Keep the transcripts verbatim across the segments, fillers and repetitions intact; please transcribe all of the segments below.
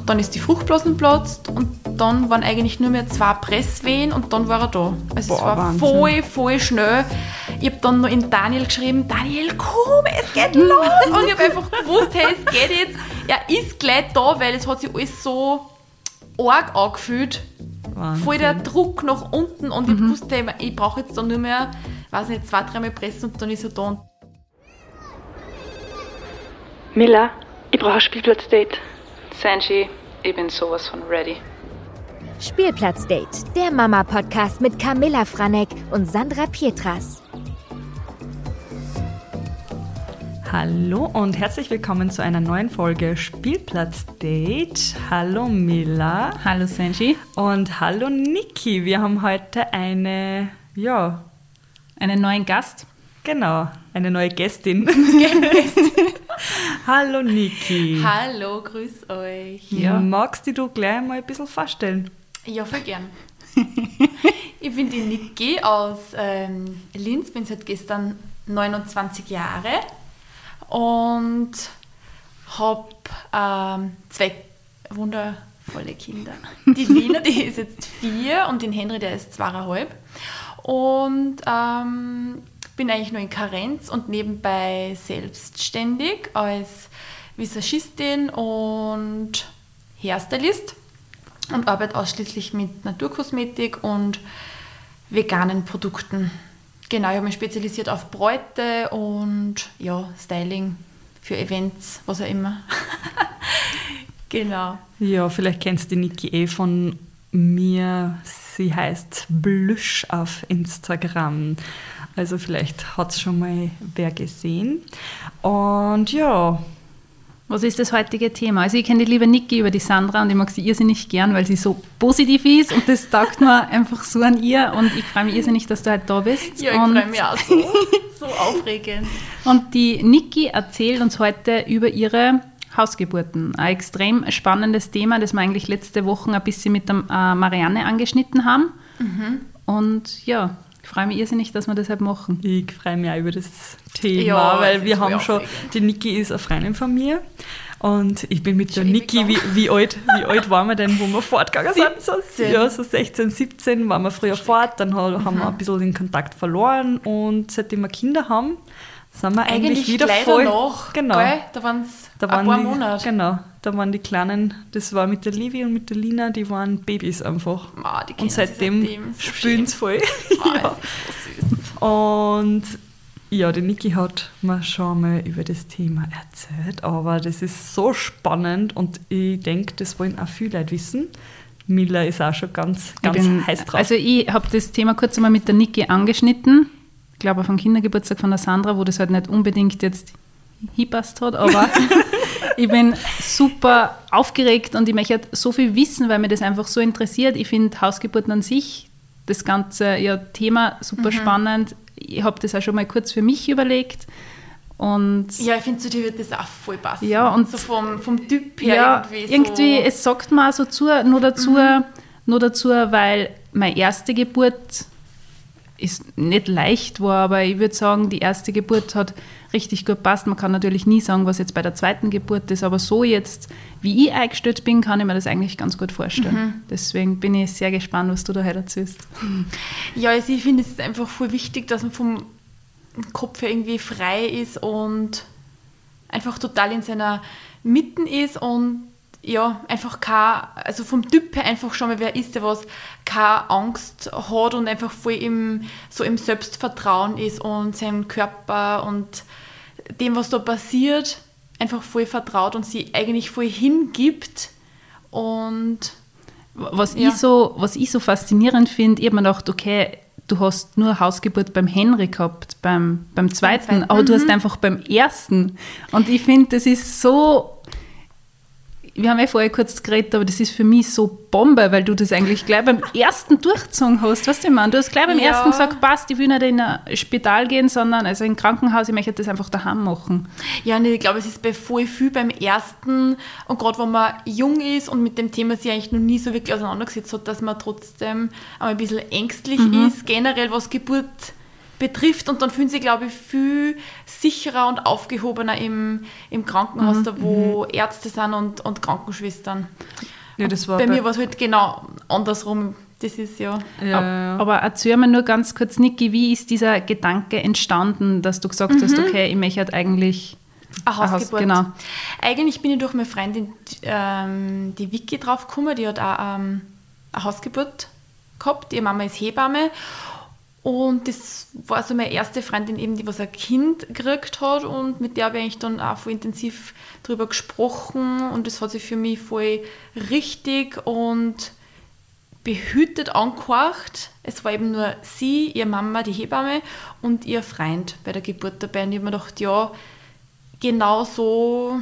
Und dann ist die Fruchtblase geplatzt und dann waren eigentlich nur mehr zwei Presswehen und dann war er da. Also Boah, es war Wahnsinn. voll, voll schnell. Ich habe dann noch in Daniel geschrieben, Daniel, komm, es geht los. Und ich habe einfach gewusst, hey, es geht jetzt. Er ist gleich da, weil es hat sich alles so arg angefühlt. Wahnsinn. Voll der Druck nach unten und mhm. ich wusste, hey, ich brauche jetzt dann nur mehr, weiß nicht, zwei, dreimal pressen und dann ist er da. Mila, ich brauche ein Spielplatzdate. Sanji, ich bin sowas von ready. Spielplatzdate, der Mama-Podcast mit Camilla Franek und Sandra Pietras. Hallo und herzlich willkommen zu einer neuen Folge Spielplatzdate. Hallo Mila. Hallo Sanji. Und hallo Niki. Wir haben heute eine, ja... einen neuen Gast. Genau, eine neue Gästin. Hallo Niki. Hallo, grüß euch. Ja. Magst du gleich mal ein bisschen vorstellen? Ja, voll gern. Ich bin die Niki aus ähm, Linz, bin seit gestern neunundzwanzig Jahre und habe ähm, zwei wundervolle Kinder. Die Lina, die ist jetzt vier und den Henry, der ist zweieinhalb. Und ähm, bin eigentlich nur in Karenz und nebenbei selbstständig als Visagistin und Hairstylist und arbeite ausschließlich mit Naturkosmetik und veganen Produkten. Genau, ich habe mich spezialisiert auf Bräute und ja, Styling für Events, was auch immer. Genau. Ja, vielleicht kennst du die Niki eh von mir. Sie heißt Blüsch auf Instagram. Also vielleicht hat es schon mal wer gesehen. Und ja. Was ist das heutige Thema? Also ich kenne die liebe Niki über die Sandra und ich mag sie irrsinnig gern, weil sie so positiv ist und das taugt mir einfach so an ihr und ich freue mich irrsinnig, dass du heute da bist. Ja, ich freue mich auch so. So aufregend. Und die Niki erzählt uns heute über ihre Hausgeburten. Ein extrem spannendes Thema, das wir eigentlich letzte Woche ein bisschen mit der äh, Marianne angeschnitten haben. Mhm. Und ja, ich freue mich irrsinnig, dass wir das halt machen. Ich freue mich auch über das Thema, ja, weil wir haben schon, die Niki ist eine Freundin von mir und ich bin mit der Niki, wie, wie, alt, wie alt waren wir denn, wo wir fortgegangen sind? So, ja, so sechzehn, siebzehn waren wir früher fort, dann haben mhm. wir ein bisschen den Kontakt verloren und seitdem wir Kinder haben, sind wir eigentlich, eigentlich wieder voll... Noch, genau. Gell? Da waren es ein paar die, Monate. Genau, da waren die Kleinen, das war mit der Livi und mit der Lina, die waren Babys einfach. Oh, die und seitdem, seitdem so spielen sie voll. Oh, ja. So süß. Und ja, die Niki hat mir schon mal über das Thema erzählt, aber das ist so spannend und ich denke, das wollen auch viele Leute wissen. Mila ist auch schon ganz, ganz bin, heiß drauf. Also ich habe das Thema kurz einmal mit der Niki angeschnitten. Ich glaube, auf dem Kindergeburtstag von der Sandra, wo das halt nicht unbedingt jetzt hingepasst hat, aber ich bin super aufgeregt und ich möchte so viel wissen, weil mir das einfach so interessiert. Ich finde Hausgeburten an sich, das ganze ja, Thema super mhm. spannend. Ich habe das auch schon mal kurz für mich überlegt. Und ja, ich finde, zu dir wird das auch voll passen. Ja, und so vom, vom Typ her ja, irgendwie. irgendwie so. Es sagt mir auch so zu, nur dazu, mhm. nur dazu, weil meine erste Geburt ist nicht leicht war, aber ich würde sagen, die erste Geburt hat richtig gut gepasst. Man kann natürlich nie sagen, was jetzt bei der zweiten Geburt ist, aber so jetzt, wie ich eingestellt bin, kann ich mir das eigentlich ganz gut vorstellen. Mhm. Deswegen bin ich sehr gespannt, was du da heute erzählst. Ja, also ich finde, es ist einfach voll wichtig, dass man vom Kopf her irgendwie frei ist und einfach total in seiner Mitte ist und ja, einfach kein, also vom Typ her einfach schon mal wer ist, der was keine Angst hat und einfach voll im, so im Selbstvertrauen ist und seinem Körper und dem, was da passiert, einfach voll vertraut und sie eigentlich voll hingibt. Und was, ja. ich, so, was ich so faszinierend finde, ich habe mir gedacht, okay, du hast nur Hausgeburt beim Henry gehabt, beim, beim zweiten, zweiten, aber mhm. du hast einfach beim ersten. Und ich finde, das ist so... Wir haben ja vorher kurz geredet, aber das ist für mich so Bombe, weil du das eigentlich gleich beim ersten durchgezogen hast. Weißt du, ich meine? Du hast gleich beim ja. ersten gesagt, passt, ich will nicht in ein Spital gehen, sondern also in ein Krankenhaus, ich möchte das einfach daheim machen. Ja, und ich glaube, es ist bei voll viel beim ersten und gerade wenn man jung ist und mit dem Thema sich eigentlich noch nie so wirklich auseinandergesetzt hat, dass man trotzdem ein bisschen ängstlich mhm. ist, generell was Geburt betrifft und dann fühlen sie, glaube ich, viel sicherer und aufgehobener im, im Krankenhaus, Mhm. da wo Ärzte sind und, und Krankenschwestern. Ja, das war Bei bei- mir war es halt genau andersrum. Das ist ja... Ja, ja. Aber erzähl mir nur ganz kurz, Niki, wie ist dieser Gedanke entstanden, dass du gesagt hast, okay, ich möchte halt eigentlich Eine ein Haus- Hausgeburt. genau. Eigentlich bin ich durch meine Freundin, ähm, die Vicky, drauf gekommen. Die hat auch ähm, eine Hausgeburt gehabt. Ihre Mama ist Hebamme. Und das war so meine erste Freundin, eben, die was ein Kind gekriegt hat. Und mit der habe ich eigentlich dann auch voll intensiv darüber gesprochen. Und das hat sich für mich voll richtig und behütet angehört. Es war eben nur sie, ihre Mama, die Hebamme und ihr Freund bei der Geburt dabei. Und ich habe mir gedacht, ja, genau so,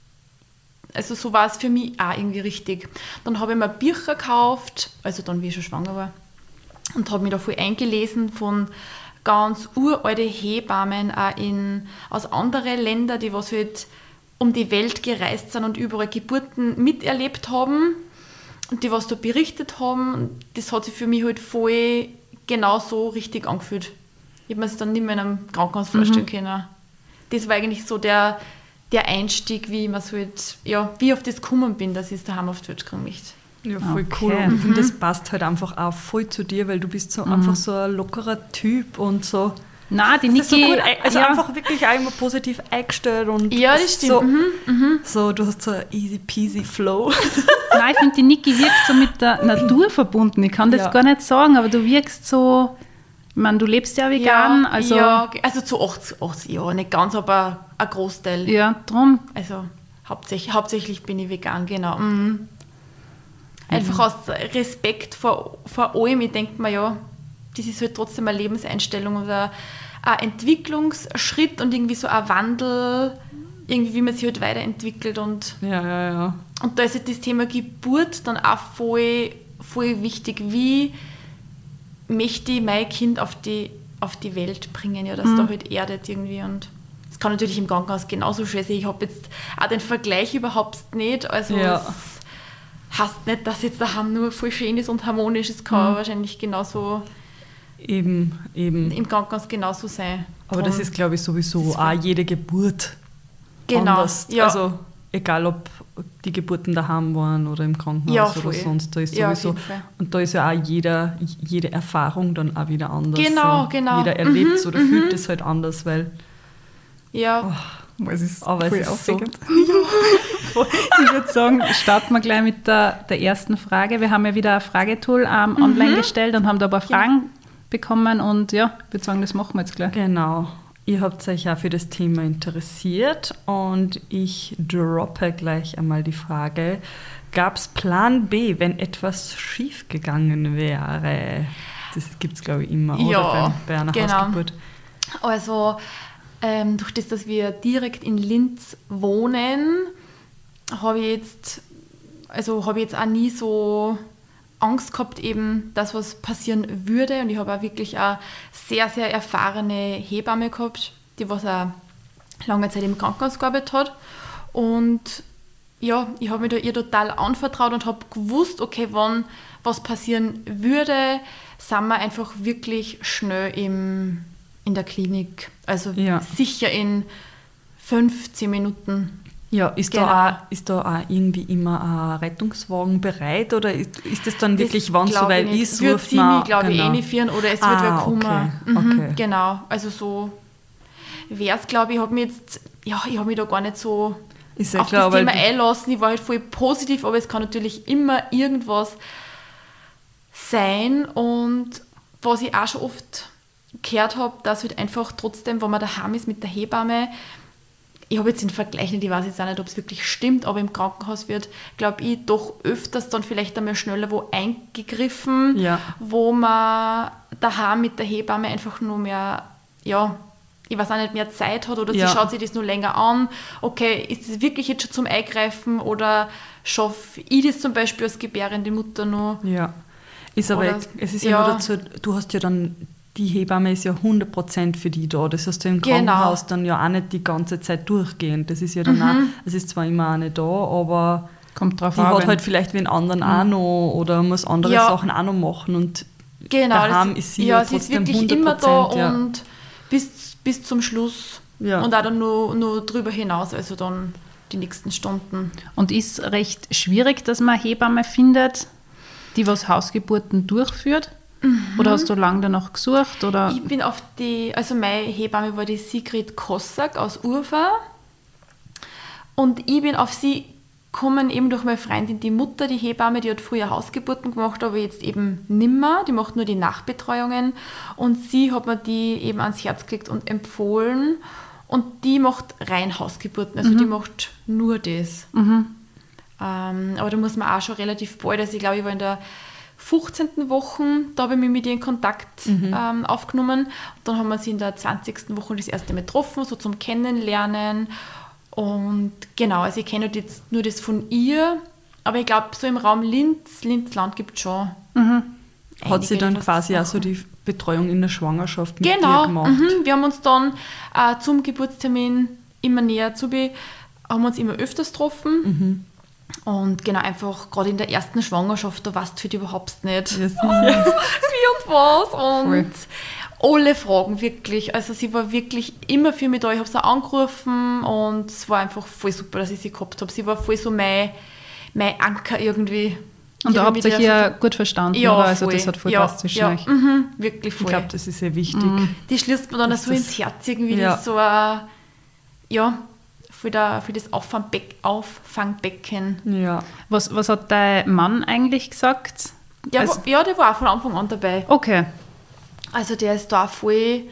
also so war es für mich auch irgendwie richtig. Dann habe ich mir Bücher gekauft, also dann, wie ich schon schwanger war, und habe mich da voll eingelesen von ganz uralte Hebammen auch in, aus anderen Ländern, die was halt um die Welt gereist sind und überall Geburten miterlebt haben und die was da berichtet haben. Und das hat sich für mich halt voll genau so richtig angefühlt. Ich habe mir das dann nicht mehr in einem Krankenhaus vorstellen können. Das war eigentlich so der, der Einstieg, wie ich mir so halt, ja, wie ich auf das gekommen bin, dass ich es daheim auf die Welt kriegen möchte. Ja, voll Okay. cool. Und ich finde, das passt halt einfach auch voll zu dir, weil du bist so einfach so ein lockerer Typ und so. Nein, die Das ist so Niki, gut, ein- also ja, einfach wirklich auch immer positiv eingestellt und Ja, das stimmt. So, Mhm. so, du hast so ein easy peasy Flow. nein, ich finde, die Niki wirkt so mit der Natur verbunden. Ich kann das Ja. gar nicht sagen, aber du wirkst so, ich meine, du lebst ja vegan, also ja, also zu achtzig, achtzig Jahren, nicht ganz, aber ein Großteil. ja, drum. Also hauptsächlich, hauptsächlich bin ich vegan, genau. Mhm. Einfach aus Respekt vor, vor allem, ich denke mir, ja, das ist halt trotzdem eine Lebenseinstellung oder ein Entwicklungsschritt und irgendwie so ein Wandel, irgendwie wie man sich halt weiterentwickelt und, Ja, ja, ja. und da ist halt das Thema Geburt dann auch voll, voll wichtig. Wie möchte ich mein Kind auf die, auf die Welt bringen, ja, dass da halt erdet irgendwie und das kann natürlich im Krankenhaus genauso schön sein. Ich habe jetzt auch den Vergleich überhaupt nicht, also Ja. es heißt nicht, dass jetzt daheim nur voll schön ist und harmonisch, es kann wahrscheinlich genauso Eben, eben. im Krankenhaus genauso sein. Aber das Drum- ist, glaube ich, sowieso Das ist auch voll- jede Geburt Genau, anders. ja. Also egal, ob die Geburten daheim waren oder im Krankenhaus Ja, oder voll. sonst, da ist Ja, auf sowieso, jeden Fall. und da ist ja auch jeder, jede Erfahrung dann auch wieder anders. Genau, so. genau. Jeder erlebt es oder fühlt es halt anders, weil ja, Es ist aber es ist so, Ich würde sagen, starten wir gleich mit der, der ersten Frage. Wir haben ja wieder ein Fragetool ähm, online gestellt und haben da ein paar Fragen bekommen und ja, ich würde sagen, das machen wir jetzt gleich. genau. Ihr habt euch ja für das Thema interessiert und ich droppe gleich einmal die Frage, gab es Plan B, wenn etwas schiefgegangen wäre? Das gibt es, glaube ich, immer, Ja, oder? Bei, bei einer genau. Hausgeburt. also ähm, durch das, dass wir direkt in Linz wohnen, habe ich jetzt, also habe ich jetzt auch nie so Angst gehabt, eben, dass was passieren würde. Und ich habe auch wirklich eine sehr, sehr erfahrene Hebamme gehabt, die was auch lange Zeit im Krankenhaus gearbeitet hat. Und ja, ich habe mich da ihr total anvertraut und habe gewusst, okay, wann was passieren würde, sind wir einfach wirklich schnell im, in der Klinik. Also Ja. sicher in fünfzehn Minuten. Ja, ist, Genau. da auch, ist da auch irgendwie immer ein Rettungswagen bereit oder ist, ist das dann wirklich, wenn es glaub soweit ich nicht. ist, wird ruft sie man- mich, glaube ich, genau. eh nicht führen oder es Ah, wird wer kommen. okay, Mhm, okay. Genau, also so wäre es, glaube ich, ich habe mich jetzt, ja, ich habe mich da gar nicht so Ist ja auf klar, das weil Thema die- einlassen. Ich war halt voll positiv, aber es kann natürlich immer irgendwas sein. Und was ich auch schon oft gehört habe, dass halt einfach trotzdem, wenn man daheim ist mit der Hebamme, ich habe jetzt den Vergleich nicht, ich weiß jetzt auch nicht, ob es wirklich stimmt, aber im Krankenhaus wird, glaube ich, doch öfters dann vielleicht einmal schneller wo eingegriffen, Ja. wo man daheim mit der Hebamme einfach nur mehr, ja, ich weiß auch nicht, mehr Zeit hat oder Ja. sie schaut sich das nur länger an. Okay, ist das wirklich jetzt schon zum Eingreifen oder schaffe ich das zum Beispiel als gebärende Mutter noch? Ja, ist aber, Oder- es ist ja, ja. nur dazu, du hast ja dann, die Hebamme ist ja hundert Prozent für die da. Das hast du im Genau. Krankenhaus dann ja auch nicht die ganze Zeit durchgehend. Das ist ja dann auch, es ist zwar immer eine da, aber Kommt drauf die an. hat wenn- halt vielleicht wen anderen auch noch oder muss andere Ja. Sachen auch noch machen und genau, daheim das, ist sie ja, ja sie ist trotzdem wirklich immer da hundert Prozent, ja. und bis, bis zum Schluss Ja. und auch dann nur, nur drüber hinaus, also dann die nächsten Stunden. Und ist recht schwierig, dass man eine Hebamme findet, die was Hausgeburten durchführt? Mhm. Oder hast du lange danach gesucht? Oder? Ich bin auf die, also meine Hebamme war die Sigrid Kossack aus Urfa und ich bin auf sie gekommen eben durch meine Freundin, die Mutter, die Hebamme, die hat früher Hausgeburten gemacht, aber jetzt eben nimmer, die macht nur die Nachbetreuungen und sie hat mir die eben ans Herz gelegt und empfohlen und die macht rein Hausgeburten, also mhm. die macht nur das. Mhm. Ähm, aber da muss man auch schon relativ bald, also ich glaube, ich war in der fünfzehnten Woche, da habe ich mich mit ihr in Kontakt mhm. ähm, aufgenommen. Dann haben wir sie in der zwanzigsten Woche das erste Mal getroffen, so zum Kennenlernen. Und genau, also ich kenne jetzt nur das von ihr, aber ich glaube, so im Raum Linz, Linzland gibt es schon. Mhm. Hat sie dann die quasi auch so die Betreuung in der Schwangerschaft mit genau. dir gemacht? Mhm. Wir haben uns dann äh, zum Geburtstermin immer näher zu be, haben uns immer öfters getroffen. Mhm. Und genau, einfach gerade in der ersten Schwangerschaft, da weißt du halt überhaupt nicht, ja, wie und was. Und Voll. alle Fragen wirklich. Also sie war wirklich immer viel mit euch. Ich habe sie auch angerufen und es war einfach voll super, dass ich sie gehabt habe. Sie war voll so mein, mein Anker irgendwie. Und da habt ihr euch ja gut verstanden, ja, oder? Also voll. das hat voll ja, passt zwischen ja, euch. Mhm, wirklich voll. Ich glaube, das ist sehr wichtig. Mhm. Die schließt man dann das so ins Herz irgendwie, ja. so ein, ja, für, der, für das Auffangbeck, Auffangbecken. Ja. Was, was hat dein Mann eigentlich gesagt? Ja, also, wo, ja, der war auch von Anfang an dabei. Okay. Also der ist da auch voll,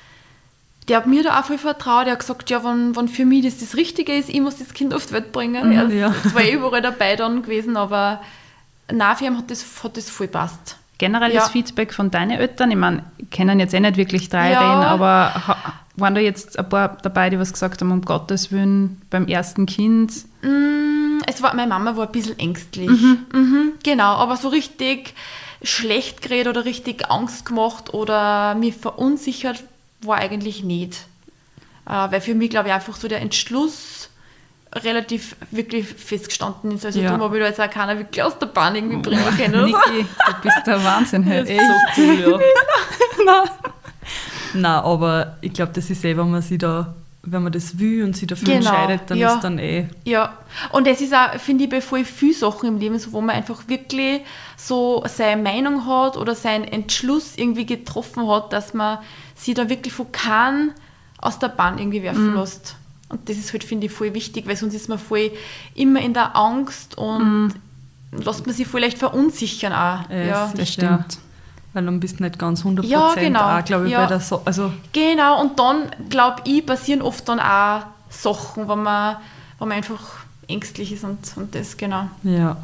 der hat mir da auch voll vertraut. Der hat gesagt, ja, wenn, wenn für mich das das Richtige ist, ich muss das Kind auf die Welt bringen. Mhm, er ja. ist zwar überall dabei dann gewesen, aber nein, für ihn hat das, hat das voll passt. Generell ja. das Feedback von deinen Eltern, ich meine, kennen jetzt eh nicht wirklich drei Ja. reden, aber ha, waren da jetzt ein paar dabei, die was gesagt haben, um Gottes Willen, beim ersten Kind? Mm, es war, meine Mama war ein bisschen ängstlich. Mhm. Mhm, genau, aber so richtig schlecht geredet oder richtig Angst gemacht oder mich verunsichert war eigentlich nicht. Äh, weil für mich, glaube ich, einfach so der Entschluss relativ wirklich festgestanden ist. Also Ja. darum habe ich da jetzt auch keiner wirklich aus der Bahn irgendwie bringen können. Oder so. Niki, du bist der Wahnsinn. Hey. Das ist so cool, ja. Nein. Nein, aber ich glaube, das ist eh, wenn man sich da, wenn man das will und sich dafür Genau, entscheidet, dann ja. ist dann eh. Ja, und es ist auch, finde ich, bei voll vielen Sachen im Leben so, wo man einfach wirklich so seine Meinung hat oder seinen Entschluss irgendwie getroffen hat, dass man sich da wirklich von keinem aus der Bahn irgendwie werfen Mhm. lässt. Und das ist halt, finde ich, voll wichtig, weil sonst ist man voll immer in der Angst und mhm. lässt man sich vielleicht verunsichern auch. Ja, Ja, sicher. Das stimmt. Weil dann bist du nicht ganz hundert Ja, Prozent genau. auch, glaube ich, Ja. bei der so also Genau, und dann, glaube ich, passieren oft dann auch Sachen, wo man, wo man einfach ängstlich ist und, und das, genau. ja.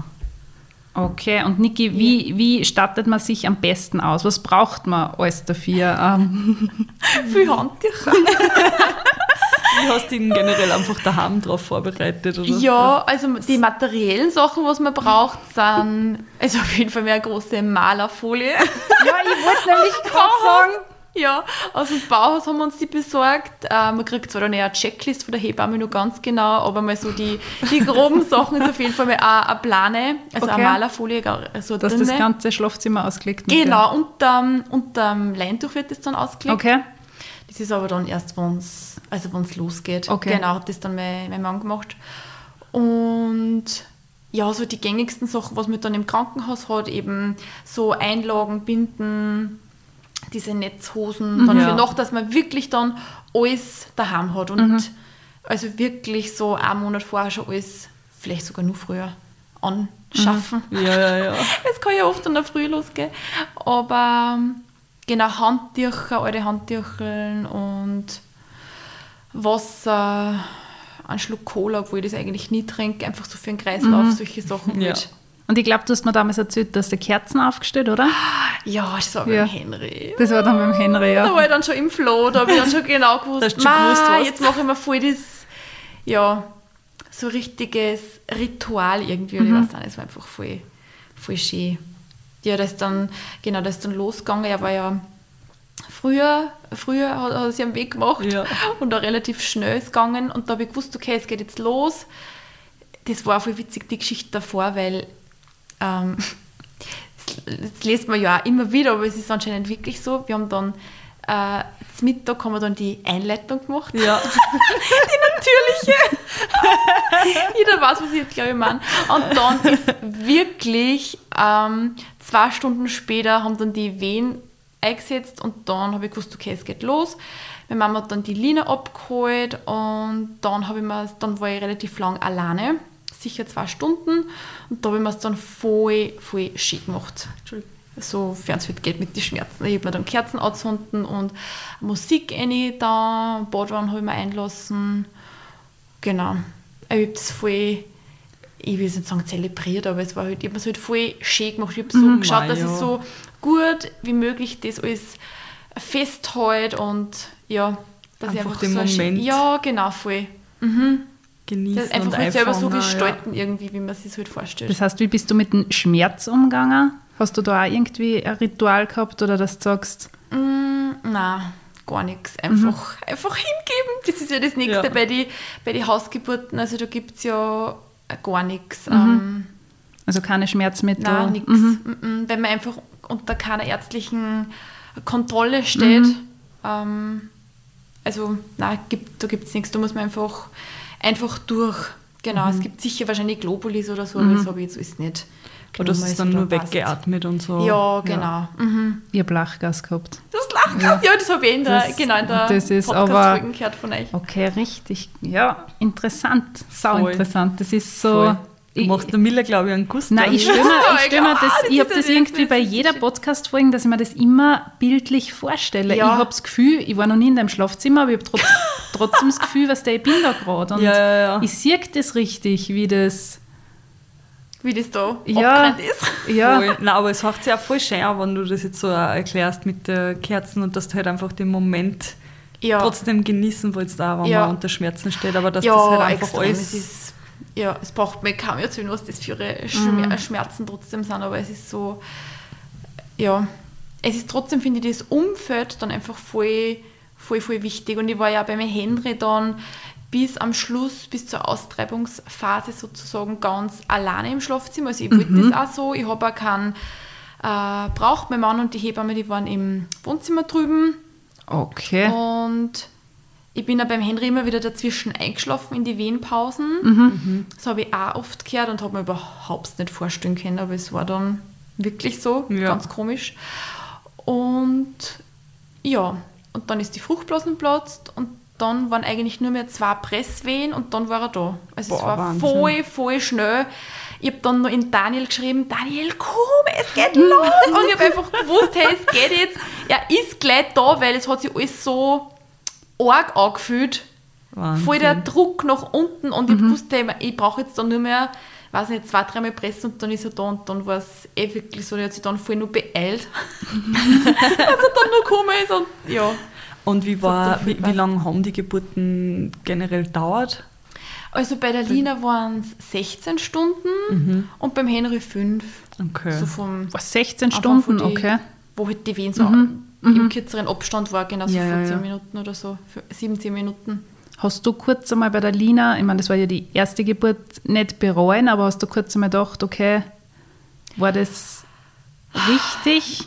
Okay, und Niki, wie, wie startet man sich am besten aus? Was braucht man alles dafür? Ähm, Viel Handtücher. Wie hast du ihn generell einfach daheim drauf vorbereitet? Oder? Ja, also die materiellen Sachen, was man braucht, sind also auf jeden Fall mehr eine große Malerfolie. ja, ich wollte nämlich gerade sagen. Ja, aus dem Bauhaus haben wir uns die besorgt. Äh, man kriegt zwar dann eher eine Checklist von der Hebamme noch ganz genau, aber mal so die, die groben Sachen ist auf jeden Fall mal auch eine Plane, also Okay. eine Malerfolie. So Dass drinne. das ganze Schlafzimmer ausgelegt wird. Genau, unterm, unterm Leintuch wird das dann ausgelegt. Okay. Das ist aber dann erst, wenn es also wenn's losgeht. Okay. Genau, hat das dann mein, mein Mann gemacht. Und ja, so die gängigsten Sachen, was man dann im Krankenhaus hat, eben so Einlagen, Binden, diese Netzhosen, dann Ja. für noch, dass man wirklich dann alles daheim hat. Und mhm. also wirklich so einen Monat vorher schon alles, vielleicht sogar nur früher, anschaffen. Ja, ja, ja. Es kann ja oft in der Früh losgehen. Aber genau, Handtücher, alte Handtücher und Wasser, einen Schluck Cola, obwohl ich das eigentlich nie trinke, einfach so für den Kreislauf, Mhm. solche Sachen. Ja. Halt. Und ich glaube, du hast mir damals erzählt, dass du Kerzen aufgestellt, oder? Ja, das war beim Ja. Henry. Das war dann beim Henry, Da ja. war ich dann schon im Flow, da habe ich dann schon genau gewusst, hast du schon gewusst, "Ma, was?" jetzt mache ich mir voll das, ja, so richtiges Ritual irgendwie. Mhm. Ich weiß nicht, es war einfach voll, voll schön. Ja, das ist dann, genau, das ist dann losgegangen. Er war ja früher, früher hat, hat er sich am Weg gemacht Ja. und da relativ schnell ist gegangen und da habe ich gewusst, okay, es geht jetzt los. Das war voll witzig, die Geschichte davor, weil ähm, das liest man ja auch immer wieder, aber es ist anscheinend wirklich so. Wir haben dann äh, zum Mittag haben wir dann die Einleitung gemacht. Ja. Die natürliche. Jeder weiß, was ich jetzt glaube ich meine. Und dann ist wirklich ähm, zwei Stunden später haben dann die Wehen eingesetzt und dann habe ich gewusst, okay, es geht los. Meine Mama hat dann die Lina abgeholt und dann, habe ich mir, dann war ich relativ lang alleine, sicher zwei Stunden, und da habe ich mir es dann voll, voll schön gemacht. Sofern es halt geht mit den Schmerzen. Ich habe mir dann Kerzen angezündet und Musik rein da, Badwanne habe ich mir einlassen. Genau. Ich habe das voll, ich will nicht sagen zelebriert, aber es war halt, ich habe es halt voll schön gemacht. Ich habe so Mm, geschaut, ja. dass ich so gut wie möglich das alles festhalte und ja, dass Einfach ich einfach den so ein Moment. schön- ja, genau, voll. Mhm. Genießen Das einfach und halt selber so einfangen, gestalten irgendwie, wie man sich halt vorstellt. Das heißt, wie bist du mit dem Schmerz umgegangen? Hast du da auch irgendwie ein Ritual gehabt oder dass du sagst, Mm, nein, gar nichts. Einfach, einfach hingeben. Das ist ja das Nächste Ja. bei den bei die Hausgeburten. Also da gibt es ja gar nichts. Ähm, also keine Schmerzmittel? nein, nichts. Mhm. Wenn man einfach unter keiner ärztlichen Kontrolle steht. Mhm. Ähm, also nein, gibt, da gibt es nichts. Da muss man einfach, einfach durch. Genau, es gibt sicher wahrscheinlich Globulis oder so, aber das habe ich jetzt alles nicht. Oder das genommen, ist dann also nur da passt. weggeatmet und so. Ja, genau. Mhm. Ich habe Lachgas gehabt. Das Lachgas, ja. das habe ich in der, Das- genau, in der das ist Podcast-Folge aber- gehört von euch. Okay, richtig. Ja, interessant. Sau Voll. interessant. Das ist so... Voll. Du Ich- machst der Miller, glaube ich, einen Guss. Nein, dran. ich stelle mir, ich stell mir Ja, das, das ich habe ist das ja irgendwie das, bei das ist jeder schön. Podcast-Folge, dass ich mir das immer bildlich vorstelle. Ja. Ich habe das Gefühl, ich war noch nie in deinem Schlafzimmer, aber ich habe trotz, trotzdem das Gefühl, was der ich bin da gerade. Und Ja, ja, ja. ich sehe das richtig, wie das... Wie das da Ja. abgerannt ist. Ja, Voll. Nein, aber es macht sich auch voll schön, an, wenn du das jetzt so auch erklärst mit den Kerzen und dass du halt einfach den Moment Ja, trotzdem genießen willst, auch wenn Ja. man unter Schmerzen steht, aber dass ja das halt einfach extrem. alles... Es ist, ja, es braucht mir kaum erzählen, was das für ihre Schmer Mhm. Schmerzen trotzdem sind, aber es ist so, ja, es ist trotzdem, finde ich, das Umfeld dann einfach voll, voll, voll wichtig. Und ich war ja bei mir Henry dann bis am Schluss, bis zur Austreibungsphase sozusagen ganz alleine im Schlafzimmer. Also ich wollte das auch so. Ich habe auch keinen äh, braucht. Mein Mann und die Hebamme, die waren im Wohnzimmer drüben. okay. Und ich bin ja beim Henry immer wieder dazwischen eingeschlafen in die Wehenpausen. Mhm. Das habe ich auch oft gehört und habe mir überhaupt nicht vorstellen können, aber es war dann wirklich so, Ja. ganz komisch. Und ja, und dann ist die Fruchtblase geplatzt und dann waren eigentlich nur mehr zwei Presswehen und dann war er da. Also es Boah, war Wahnsinn. voll, voll schnell. Ich habe dann noch in Daniel geschrieben, Daniel, komm, es geht los. Und ich habe einfach gewusst, hey, es geht jetzt. Er ist gleich da, weil es hat sich alles so arg angefühlt. Wahnsinn. Voll der Druck nach unten und ich wusste, hey, ich brauche jetzt dann nur mehr, weiß nicht, zwei, dreimal pressen und dann ist er da und dann war es eh wirklich so, der hat sich dann voll nur beeilt, dass er dann noch gekommen ist und ja. Und wie, war, hat dann viel wie, wie gepasst. lange haben die Geburten generell dauert? Also bei der Lina waren es sechzehn Stunden und beim Henry fünf. Okay. So vom Was, sechzehn Anfang Stunden, von die- okay. Wo halt die Wehen so im kürzeren Abstand war, genau so Ja, ja, vierzehn ja. Minuten oder so, siebzehn Minuten. Hast du kurz einmal bei der Lina, ich meine, das war ja die erste Geburt, nicht bereuen, aber hast du kurz einmal gedacht, okay, war das richtig?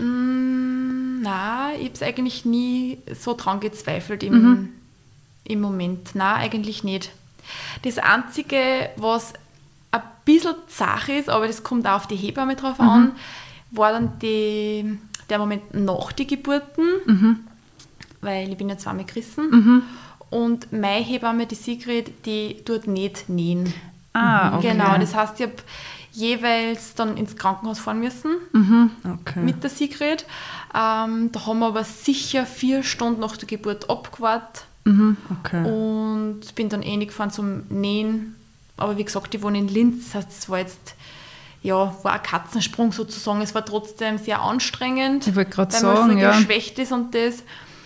Mm, nein, ich habe es eigentlich nie so dran gezweifelt im, im Moment. Nein, eigentlich nicht. Das Einzige, was ein bisschen zach ist, aber das kommt auch auf die Hebamme drauf an, war dann die, der Moment nach den Geburten, weil ich bin ja zweimal gerissen. Und meine Hebamme, die Sigrid, die tut nicht nähen. Ah, okay. Genau, das heißt, ich habe jeweils dann ins Krankenhaus fahren müssen Okay. mit der Sigrid. Ähm, da haben wir aber sicher vier Stunden nach der Geburt abgewartet okay. und bin dann eh nicht gefahren zum Nähen. Aber wie gesagt, ich wohne in Linz, das heißt, es war jetzt, ja, war ein Katzensprung sozusagen. Es war trotzdem sehr anstrengend, Ich wollte gerade weil man sagen, voll ja. geschwächt ist und das.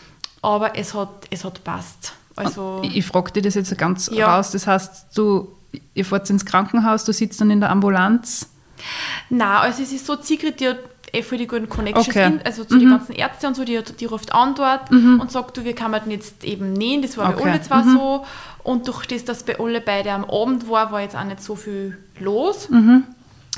Aber es hat, es hat passt. Also, Ich, ich frage dich das jetzt ganz Ja. raus, das heißt, du, ihr fahrt ins Krankenhaus, du sitzt dann in der Ambulanz. nein, also es ist so, Sigrid, die hat eh voll die guten Connections, Okay. in, also zu den ganzen Ärzten und so, die, hat- die ruft an dort und sagt, du, wir können den jetzt eben nähen, das war bei Okay. alle zwar so und durch das, dass bei alle beide am Abend war, war jetzt auch nicht so viel los.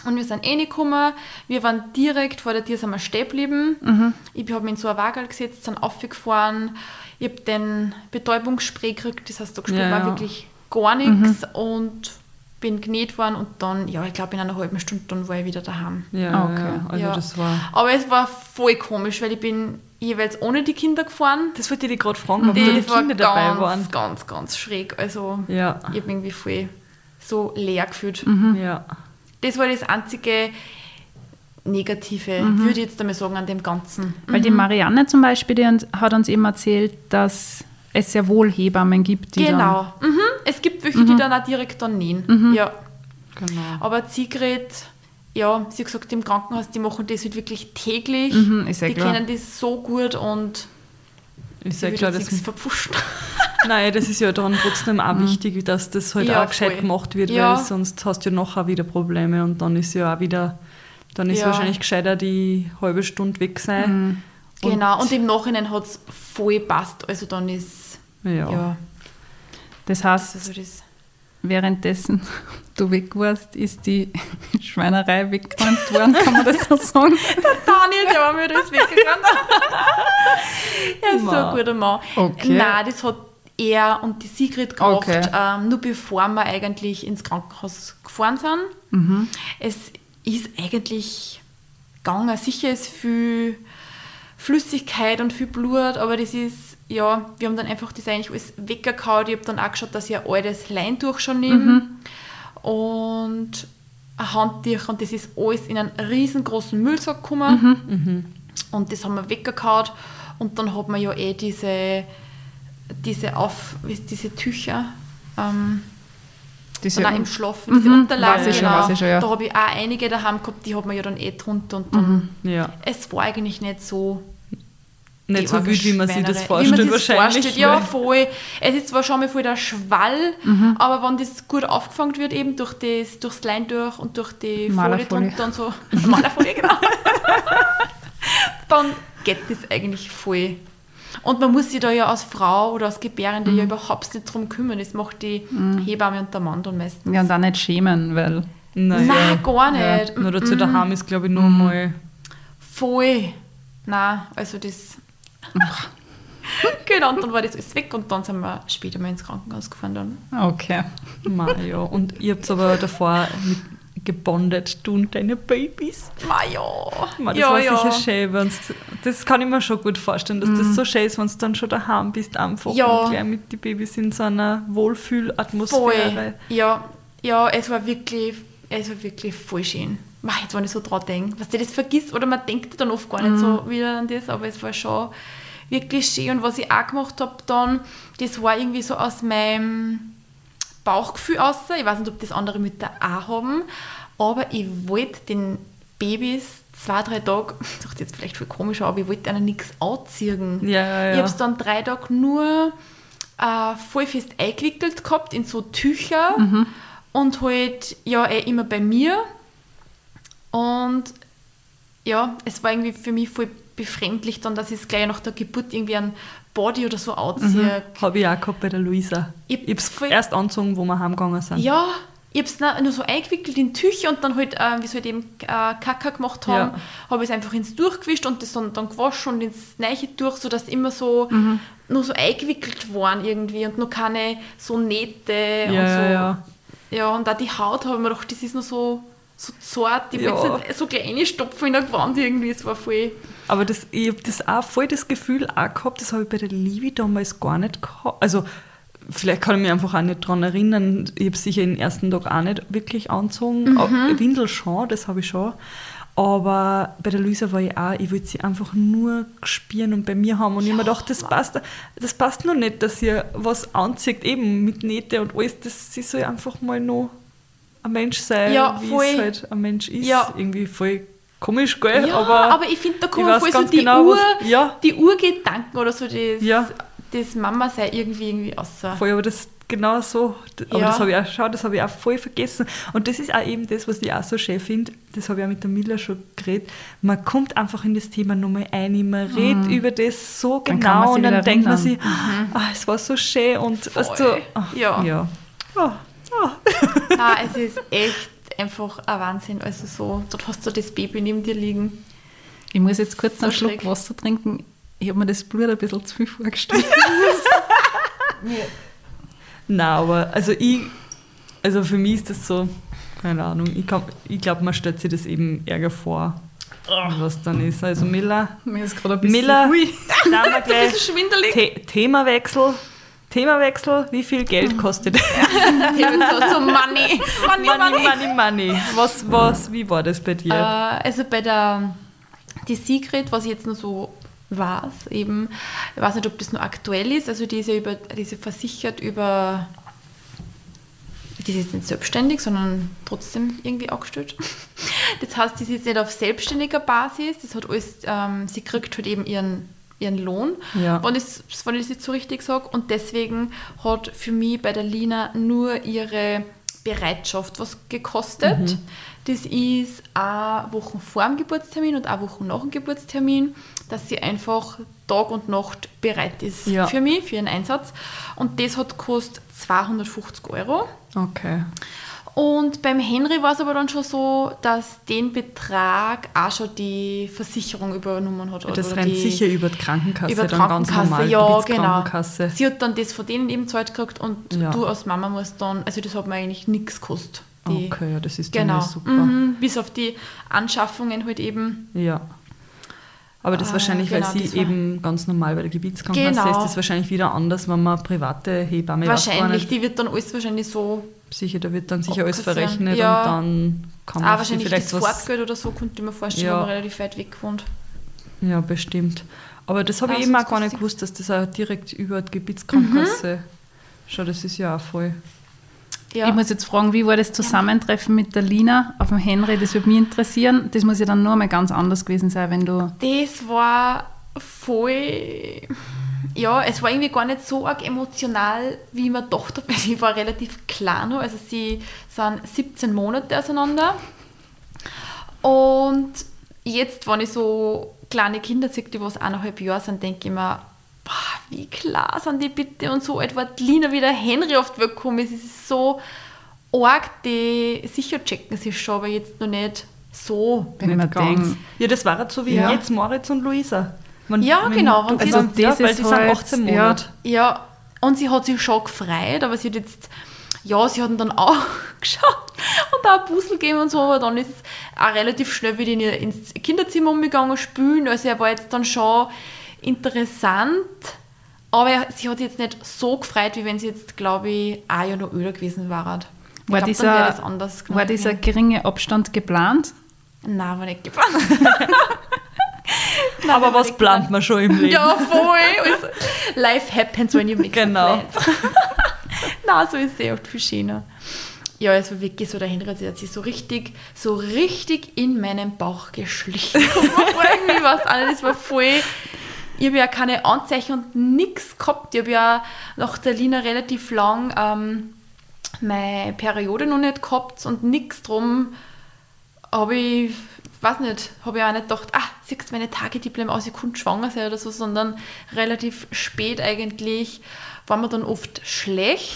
Und wir sind reingekommen, wir waren direkt vor der Tür sind wir stehen geblieben. Mhm. Ich habe mich in so ein Wagerl gesetzt, sind aufgefahren. Ich habe den Betäubungsspray gekriegt, das heißt, da gespürt Ja, war ja. wirklich gar nichts und bin genäht worden und dann, ja, ich glaube in einer halben Stunde dann war ich wieder daheim. Ja, Okay. ja, also Ja. das war... Aber es war voll komisch, weil ich bin jeweils ohne die Kinder gefahren. Das wollte ich dich gerade fragen, ob da die Das war Kinder dabei ganz, waren. ganz, ganz schräg. Also Ja. ich habe irgendwie voll so leer gefühlt. Ja. Das war das einzige Negative, Mhm. würde ich jetzt einmal sagen, an dem Ganzen. Weil die Marianne zum Beispiel, die uns- hat uns eben erzählt, dass es sehr wohl Hebammen gibt, die Genau. Mhm. Es gibt welche, die dann auch direkt dann nähen. Ja. Genau. Aber Sigrid, ja, sie hat gesagt, im Krankenhaus, die machen das halt wirklich täglich. Mhm, ist ja die klar. kennen das so gut und Ist sie ja wird klar, jetzt dass... nichts verpfuscht. Nein, das ist ja dann trotzdem auch wichtig, dass das halt Ja, auch gescheit voll. gemacht wird, Ja. weil sonst hast du ja nachher wieder Probleme und dann ist ja auch wieder... Dann ist Ja. wahrscheinlich gescheiter die halbe Stunde weg sein. Genau, und im Nachhinein hat es voll gepasst. Also dann ist, Ja. ja, Das heißt, also das... währenddessen du weg warst, ist die Schweinerei weggeräumt worden, kann man das so sagen? Daniel, der war mir das weggegangen. Er ist so Ma. ein guter Mann. Okay. Nein, das hat er und die Sigrid gemacht, Okay. ähm, nur bevor wir eigentlich ins Krankenhaus gefahren sind. Mhm. Es ist eigentlich gegangen. Sicher ist viel Flüssigkeit und viel Blut, aber das ist, ja, wir haben dann einfach das eigentlich alles weggehauen. Ich habe dann auch geschaut, dass ich ein altes Leintuch schon nehme und ein Handtuch und das ist alles in einen riesengroßen Müllsack gekommen. Und das haben wir weggehauen und dann hat man ja eh diese, diese, Auf, diese Tücher, ähm, Diese, dann auch im Schlafen, diese Unterlagen, weiß ich schon, genau. weiß ich schon, ja. Da habe ich auch einige daheim gehabt, die hat man ja dann eh drunter und dann, Ja. es war eigentlich nicht so Nicht die so wild, wie man sich das Schweinerei. vorstellt, wie man sich das wahrscheinlich. vorstellt. Ja, weil- voll. Es ist zwar schon mal voll der Schwall, aber wenn das gut aufgefangen wird, eben durch das, durchs Leintuch und durch die Folie Malerfolie. drunter und so, Malerfolie, genau, dann geht das eigentlich voll. Und man muss sich da ja als Frau oder als Gebärende ja überhaupt nicht drum kümmern. Das macht die Hebamme und der Mann dann meistens. ja, und auch nicht schämen, weil Nein, Nein, gar nicht. Nur dazu daheim ist, glaube ich, nur mal... Voll. Nein, also das... Genau, und dann war das alles weg und dann sind wir später mal ins Krankenhaus gefahren. Dann. okay. Mei, ja. Und ihr habt aber davor mit gebondet, du und deine Babys. Ma ja. Mei, das ja, war ja. sicher schön. Wenn's, das kann ich mir schon gut vorstellen, dass das so schön ist, wenn du dann schon daheim bist, einfach Ja. und gleich mit den Babys in so einer Wohlfühlatmosphäre. Voll. Ja, ja, es war wirklich, es war wirklich voll schön. Mei, jetzt, wenn ich so dran denke, was du das vergisst, oder man denkt dann oft gar nicht so wieder an das, aber es war schon wirklich schön. Und was ich auch gemacht habe dann, das war irgendwie so aus meinem Bauchgefühl raus. Ich weiß nicht, ob das andere Mütter auch haben, aber ich wollte den Babys zwei, drei Tage, das ist jetzt vielleicht voll komisch, aber ich wollte ihnen nichts anziehen. Ja, ja, ja. Ich habe es dann drei Tage nur äh, voll fest eingewickelt gehabt in so Tücher und halt ja eh immer bei mir. Und ja, es war irgendwie für mich voll befremdlich dann, dass ich es gleich nach der Geburt irgendwie einen Body oder so anziehe. Habe ich auch gehabt bei der Luisa. Ich Ich habe es voll- erst angezogen, wo wir heimgegangen sind. Ja, ich habe es nur so eingewickelt in Tücher und dann halt, äh, wie sie halt eben äh, Kaka gemacht haben, Ja. habe ich es einfach ins Durchgewischt und das dann, dann gewaschen und ins Neiche durch, sodass immer so nur so eingewickelt waren irgendwie und noch keine so Nähte und Ja, so. ja. Ja, und auch die Haut habe ich mir gedacht, das ist noch so, so zart, ich will Ja. jetzt nicht so kleine Stopfen in der Gewand irgendwie, es war voll... Aber das, ich habe das auch voll das Gefühl auch gehabt, das habe ich bei der Livi damals gar nicht gehabt. Also vielleicht kann ich mich einfach auch nicht daran erinnern, ich habe sicher den ersten Tag auch nicht wirklich angezogen. Aber Windel schon, das habe ich schon. Aber bei der Luisa war ich auch, ich wollte sie einfach nur spüren und bei mir haben. Und ich habe mir gedacht, das passt, das passt noch nicht, dass ihr was anzieht, eben mit Nähte und alles. Das, sie soll einfach mal noch ein Mensch sein, Ja, wie voll. es halt ein Mensch ist. Ja. Irgendwie voll komisch, gell? Ja, aber, aber, ich finde, da kommen ich weiß voll so ganz die, genau, Ur, was- ja. die Urgedanken oder so, das, Ja. das Mama-Sein irgendwie, irgendwie außer. Voll, aber das genau so, aber Ja. das habe ich auch, schau, das habe ich auch voll vergessen. Und das ist auch eben das, was ich auch so schön finde, das habe ich auch mit der Mila schon geredet, man kommt einfach in das Thema nochmal ein, man redet über das so Dann kann man genau sich und dann wieder denkt man erinnern. sich, ah, es war so schön und weißt du, ach, Ja. ja. Ah, ah. Nein, es ist echt einfach ein Wahnsinn. Also so, dort hast du das Baby neben dir liegen. Ich muss jetzt kurz So einen Schluck schräg. Wasser trinken. Ich habe mir das Blut ein bisschen zu viel vorgestellt. Nein, aber also ich, also für mich ist das so, keine Ahnung, ich, kann- ich glaube, man stellt sich das eben ärger vor, was dann ist. Also Miller, Mir ist gerade ein bisschen Miller, hui. da haben wir gleich Schwindelig. The Themawechsel. Themawechsel, wie viel Geld kostet das? Die wird so, so Money. Money, Money, Money. money, money. Was, was, wie war das bei dir? Äh, also bei der die Secret, was ich jetzt noch so weiß, eben, ich weiß nicht, ob das noch aktuell ist, also die ist ja über, die ist ja versichert über, die ist jetzt nicht selbstständig, sondern trotzdem irgendwie angestellt. Das heißt, die ist jetzt nicht auf selbstständiger Basis, das hat alles, ähm, sie kriegt halt eben ihren, ihren Lohn, Ja. wenn, ich, wenn ich das jetzt so richtig sage, und deswegen hat für mich bei der Lina nur ihre Bereitschaft was gekostet. Mhm. Das ist eine Woche vor dem Geburtstermin und eine Woche nach dem Geburtstermin, dass sie einfach Tag und Nacht bereit ist Ja. für mich, für ihren Einsatz. Und das hat gekostet zweihundertfünfzig Euro. Okay. Und beim Henry war es aber dann schon so, dass den Betrag auch schon die Versicherung übernommen hat. Das oder rennt die, sicher über die Krankenkasse, über die dann ganz Krankenkasse, normal, ja, die genau. Krankenkasse. Sie hat dann das von denen eben Zeit gekriegt und Ja. du als Mama musst dann, also das hat mir eigentlich nichts gekostet. Die, Okay, ja, das ist dann Genau, ja super. mhm, bis auf die Anschaffungen halt eben. Ja. Aber das Ah, wahrscheinlich, genau, weil sie das war- eben ganz normal bei der Gebietskrankenkasse Genau. ist, das wahrscheinlich wieder anders, wenn man private Hebamme Wahrscheinlich, nicht, die wird dann alles wahrscheinlich so, sicher, da wird dann sicher alles abkassieren. verrechnet Ja. und dann kann auch man sich wahrscheinlich vielleicht das was... Fortgeld oder so, konnte ich mir vorstellen, Ja. wenn man relativ weit weg wohnt. Ja, bestimmt. Aber das habe Ah, ich eben auch sonst gar nicht kostet- gewusst, dass das auch direkt über die Gebietskrankenkasse... Schau, das ist ja auch voll... Ja. Ich muss jetzt fragen, wie war das Zusammentreffen mit der Lina auf dem Henry? Das würde mich interessieren. Das muss ja dann nur mal ganz anders gewesen sein, wenn du... Das war voll, ja, es war irgendwie gar nicht so arg emotional, wie ich mir gedacht habe. Ich war relativ klein noch, also sie sind siebzehn Monate auseinander. Und jetzt, wenn ich so kleine Kinder sehe, die was eineinhalb Jahre sind, denke ich mir, boah, wie klar sind die bitte, und so etwa die Lina wie der Henry oft weggekommen ist. Es ist so arg, die sicher checken sie schon, aber jetzt noch nicht so. Wenn ich mir Nicht ganz. denke, Ja, das war halt so wie Ja. jetzt Moritz und Luisa. Wenn- Ja, wenn genau, Du, und sie- also, Also ja, das weil ist die halt- sind achtzehn ja. Monate. Ja, und sie hat sich schon gefreut, aber sie hat jetzt, ja, sie hat ihn dann auch geschaut und auch ein Puzzle gegeben und so, aber dann ist auch relativ schnell wieder in ihr, ins Kinderzimmer umgegangen, spielen, also er war jetzt dann schon interessant, aber er, sie hat sich jetzt nicht so gefreut, wie wenn sie jetzt, glaube ich, ein Jahr noch öder gewesen war. war, ich glaub, dann dieser, wäre das anders war dieser gewesen. geringe Abstand geplant? Nein, war nicht geplant. Nein, Aber war was nicht plant man schon im Leben? Ja, voll. Also, life happens when you make Genau. plans. Nein, so ist es eh oft viel schöner. Ja, es war wirklich so, der Henry hat sich so richtig, so richtig in meinen Bauch geschlichen. Irgendwie war es auch nicht, das war voll... Ich habe ja keine Anzeichen und nichts gehabt. Ich habe ja nach der Lina relativ lang ähm, meine Periode noch nicht gehabt und nichts drum habe ich, weiß nicht, habe ich auch nicht gedacht, ah, siehst du meine Tage, die bleiben aus, ich konnte schwanger sein oder so, sondern relativ spät eigentlich war mir dann oft schlecht.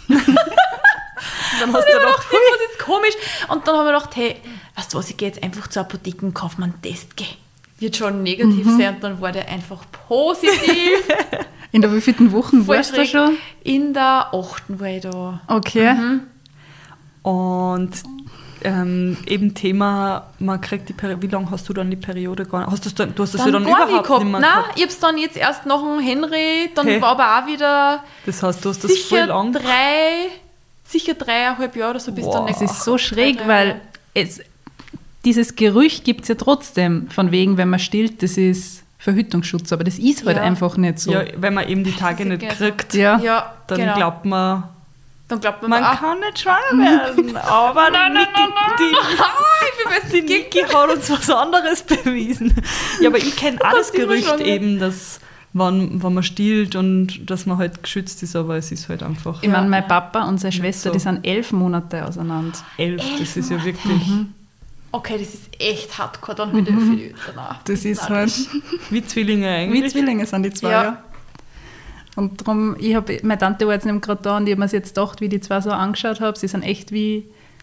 Dann hast Ich du habe doch... gedacht, irgendwas ist komisch. Und dann habe ich gedacht, hey, weißt du was, ich gehe jetzt einfach zur Apotheke und kaufe mir einen Test. Geh. Wird schon negativ sein. Und dann war der einfach positiv. In der wievielten Wochen Voll warst du schräg. schon? In der achten war ich da. Okay. Und ähm, eben Thema, man kriegt die Periode, wie lange hast du dann die Periode gar nicht? Hast du's dann, du hast das ja dann gar nicht überhaupt gehabt. nicht mehr Nein, gehabt. ich habe es dann jetzt erst nach dem Henry, dann Okay. war aber auch wieder Das heißt, du hast das voll sicher lang... drei, sicher dreieinhalb Jahre oder so bis Wow. dann Es nicht. ist so schräg, drei weil Jahre. es, dieses Gerücht gibt es ja trotzdem, von wegen, wenn man stillt, das ist Verhütungsschutz, aber das ist halt Ja. einfach nicht so. Ja, wenn man eben die Tage ist nicht ja kriegt, Ja. Ja, dann genau. glaubt man, Dann glaubt man, man ah, kann nicht schwanger werden. Aber die Niki, die, die Niki hat uns was anderes bewiesen. Ja, aber ich kenne auch das Gott, die war Gerücht schwanger. eben, dass wenn, wenn man stillt und dass man halt geschützt ist, aber es ist halt einfach Ich meine, mein Papa und seine Schwester, so. die sind elf Monate auseinander. elf. Das ist ja wirklich okay, das ist echt hardcore dann wieder für die Eltern auch. Das ist auch halt, wie Zwillinge wie eigentlich. Zwillinge sind die zwei, Ja. ja. Und darum, ich habe, meine Tante war jetzt nämlich gerade da und ich habe mir jetzt gedacht, wie die zwei so angeschaut habe, sie sind echt wie,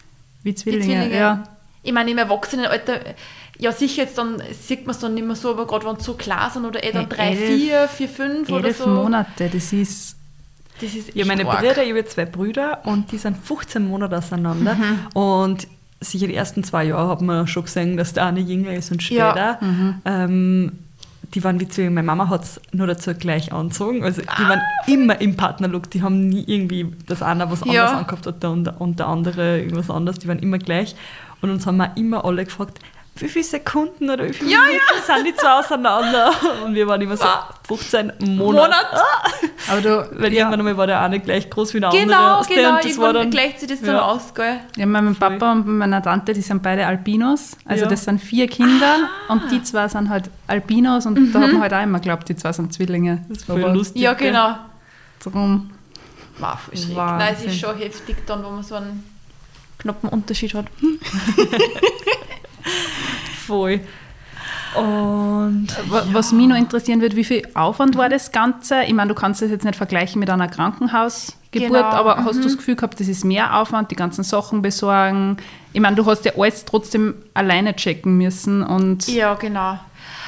Wie Zwillinge, Wie Zwillinge. ja. Ich meine, im Erwachsenenalter, ja sicher jetzt dann sieht man es dann nicht mehr so, aber gerade wenn sie so klar sind oder eh dann Hey, drei, elf- vier, vier, fünf oder Elf so. Monate, das ist... Das ist echt Ja, meine arg. Brüder, ich habe zwei Brüder und die sind fünfzehn Monate auseinander. Mhm. Und sicher die ersten zwei Jahre hat man schon gesehen, dass der eine jünger ist und später. Ja. Ähm, die waren wie Zwillinge. Meine Mama hat es nur dazu gleich angezogen. Also die waren immer im Partnerlook. Die haben nie irgendwie das eine was anderes Ja. angehabt und der, und der andere irgendwas anderes. Die waren immer gleich. Und uns haben wir immer alle gefragt, wie viele Sekunden oder wie viele Ja, Minuten sind die zwei auseinander? Und wir waren immer so Wow. fünfzehn Monate. Monat. Aber du, Weil ja, irgendwann einmal war der eine gleich groß wie der Genau, andere. Aus der genau, und das war irgendwann dann, gleicht sich das dann ja. aus, gell? ja, mein Papa und meine Tante, die sind beide Albinos. Also Ja. das sind vier Kinder und die zwei sind halt Albinos und da hat man halt auch immer geglaubt, die zwei sind Zwillinge. Das ist voll Aber lustig. Ja, gell? genau. Drum. Wow, voll schräg. Wahnsinn. Nein, es ist schon heftig dann, wenn man so einen knappen Unterschied hat. Voll. Und Wa- Was mich noch interessieren würde, wie viel Aufwand war das Ganze? Ich meine, du kannst das jetzt nicht vergleichen mit einer Krankenhausgeburt, Genau, aber hast mhm. du das Gefühl gehabt, das ist mehr Aufwand, die ganzen Sachen besorgen? Ich meine, du hast ja alles trotzdem alleine checken müssen und Ja, genau.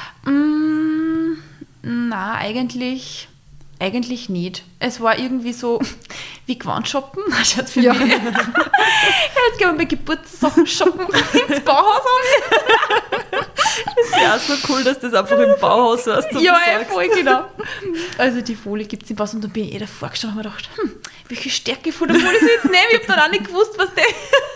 Mm, na, eigentlich, eigentlich nicht. Es war irgendwie so wie Gewand shoppen. Schaut für Ja. mich. Jetzt gehen wir mit Geburtssachen shoppen ins Bauhaus an. das ist ja auch so cool, dass das einfach im Bauhaus so ist. Ja, ey, voll genau. Also die Folie gibt es im Bauhaus und dann bin ich eh davor gestanden und habe mir gedacht, hm, welche Stärke von der Folie soll ich jetzt nehmen? Ich habe dann auch nicht gewusst, was der...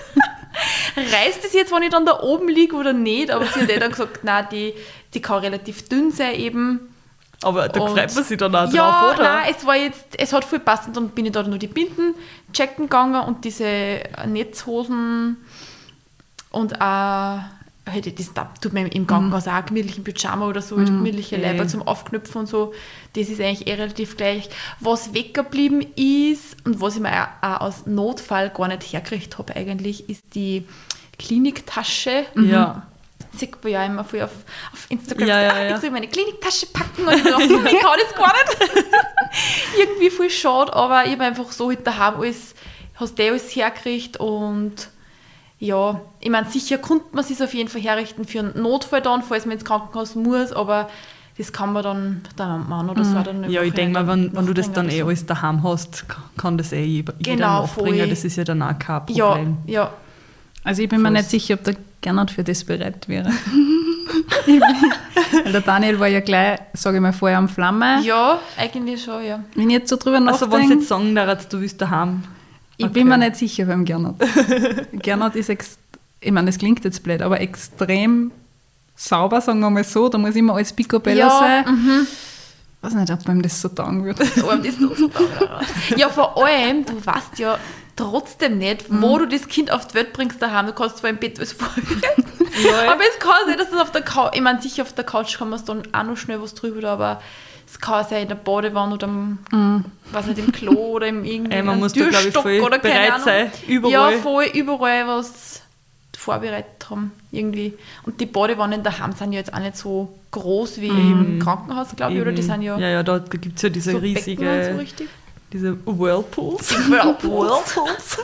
Reißt es jetzt, wenn ich dann da oben liege oder nicht? Aber sie hat eh dann gesagt, nein, die, die kann relativ dünn sein eben. Aber da Und- freut man sich dann auch Ja, drauf, oder? nein, es war jetzt, es hat voll gepasst und dann bin ich da nur die Binden checken gegangen und diese Netzhosen und auch, halt, das tut man im Krankenhaus auch gemütlichen Pyjama oder so, gemütliche eh. Leiber zum Aufknüpfen und so, das ist eigentlich eh relativ gleich. Was weggeblieben ist und was ich mir auch, auch aus Notfall gar nicht hergekriegt habe eigentlich, ist die Kliniktasche. Ja. Sieht man ja immer viel auf, auf Instagram. Ja, ja, ah, ja. Ich soll meine Kliniktasche packen und ich dachte, ich kann das gar nicht. Irgendwie voll schade, aber ich habe einfach so halt daheim alles, hast du alles hergekriegt und ja, ich meine, sicher konnte man es auf jeden Fall herrichten für einen Notfall dann, falls man ins Krankenhaus muss, aber das kann man dann der Mann oder so dann Ja, ich denke mal, wenn, wenn du das dann eh so. alles daheim hast, kann das eh jeder Genau, nachbringen. voll. Das ist ja dann auch kein Ja, Problem. ja. also ich bin mir Voll. nicht sicher, ob der Gernot für das bereit wäre. Ich bin- Weil der Daniel war ja gleich, sage ich mal, vorher am Flamme. Ja, eigentlich schon, ja. Wenn ich jetzt so drüber Also wenn nachdenke, sie jetzt sagen, darfst, du willst daheim. ich Okay. bin mir nicht sicher beim Gernot. Gernot ist, ex ich meine, das klingt jetzt blöd, aber extrem sauber, sagen wir mal so. Da muss immer alles picobello Ja, sein. Ich weiß nicht, ob ihm das so taugen würde. Aber das ist so ja, vor allem, du weißt ja trotzdem nicht, wo du das Kind auf die Welt bringst daheim. Du kannst zwar im Bett alles vorbereiten. Ja. Aber es kann sein, dass das auf der Couch, ich meine, sicher auf der Couch kann man es dann auch noch schnell was drüber, tun, aber es kann sein in der Badewanne oder im, weiß nicht, im Klo oder im irgendwie Ey, man einem muss da, glaube ich, Türstock voll oder keine bereit Ahnung. sein. Überall. Ja, voll, überall was vorbereitet haben, irgendwie. Und die Badewannen daheim sind ja jetzt auch nicht so groß wie im Krankenhaus, glaube ich, oder? Die Eben. sind ja, Ja, ja, da gibt es ja diese so riesige, Becken und so richtig. diese Whirlpools. Whirlpools.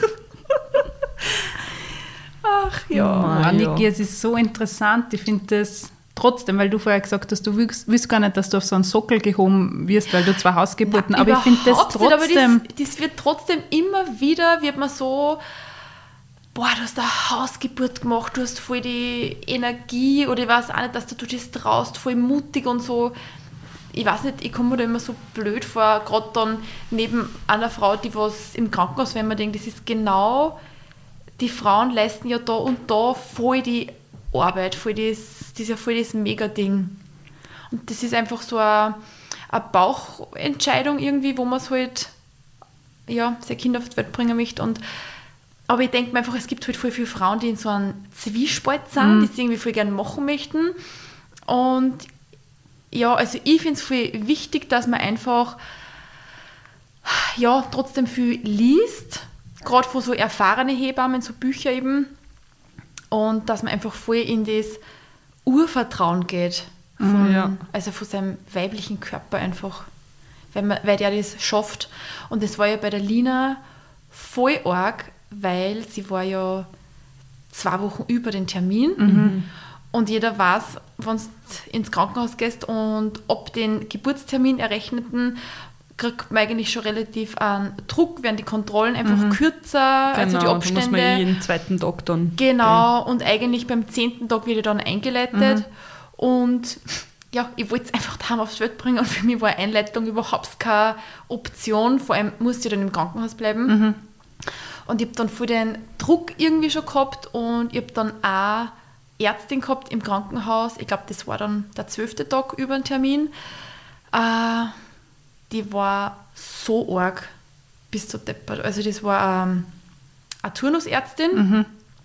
Ach ja. Ja, Ah, Niki, ja. es ist so interessant. Ich finde das trotzdem, weil du vorher gesagt hast, du willst, willst gar nicht, dass du auf so einen Sockel gehoben wirst, weil du zwei Hausgeburten, aber ich finde das Überhaupt nicht, aber trotzdem... Das, das wird trotzdem immer wieder, wird man so, boah, du hast eine Hausgeburt gemacht, du hast voll die Energie oder ich weiß auch nicht, dass du das traust, voll mutig und so. Ich weiß nicht, ich komme mir da immer so blöd vor, gerade dann neben einer Frau, die was im Krankenhaus, wenn man denkt, das ist genau, die Frauen leisten ja da und da voll die Arbeit, voll das, das ist ja voll das Mega-Ding. Und das ist einfach so eine, eine Bauchentscheidung irgendwie, wo man es halt, ja, sein Kind auf die Welt bringen möchte. Und, aber ich denke mir einfach, es gibt halt voll viele Frauen, die in so einem Zwiespalt sind, die es irgendwie voll gerne machen möchten. Und ja, also ich finde es voll wichtig, dass man einfach ja, trotzdem viel liest, gerade von so erfahrenen Hebammen, so Bücher eben, und dass man einfach voll in das Urvertrauen geht, von, Ja. also von seinem weiblichen Körper einfach, weil, man, weil der das schafft. Und das war ja bei der Lina voll arg, weil sie war ja zwei Wochen über den Termin. Mhm. Und jeder weiß, wenn du ins Krankenhaus gehst und ab den Geburtstermin errechneten, kriegt man eigentlich schon relativ einen Druck, werden die Kontrollen einfach Mhm. kürzer, Genau, also die da muss man Abstände. jeden zweiten Tag dann. Genau, und eigentlich beim zehnten Tag wird ich dann eingeleitet. Und ja, ich wollte es einfach daheim aufs Feld bringen und für mich war Einleitung überhaupt keine Option. Vor allem musste ich dann im Krankenhaus bleiben. Mhm. Und ich habe dann voll den Druck irgendwie schon gehabt und ich habe dann auch Ärztin gehabt im Krankenhaus. Ich glaube, das war dann der zwölfte Tag über den Termin. Äh, die war so arg bis zu deppert. Also das war ähm, eine Turnusärztin. Mhm.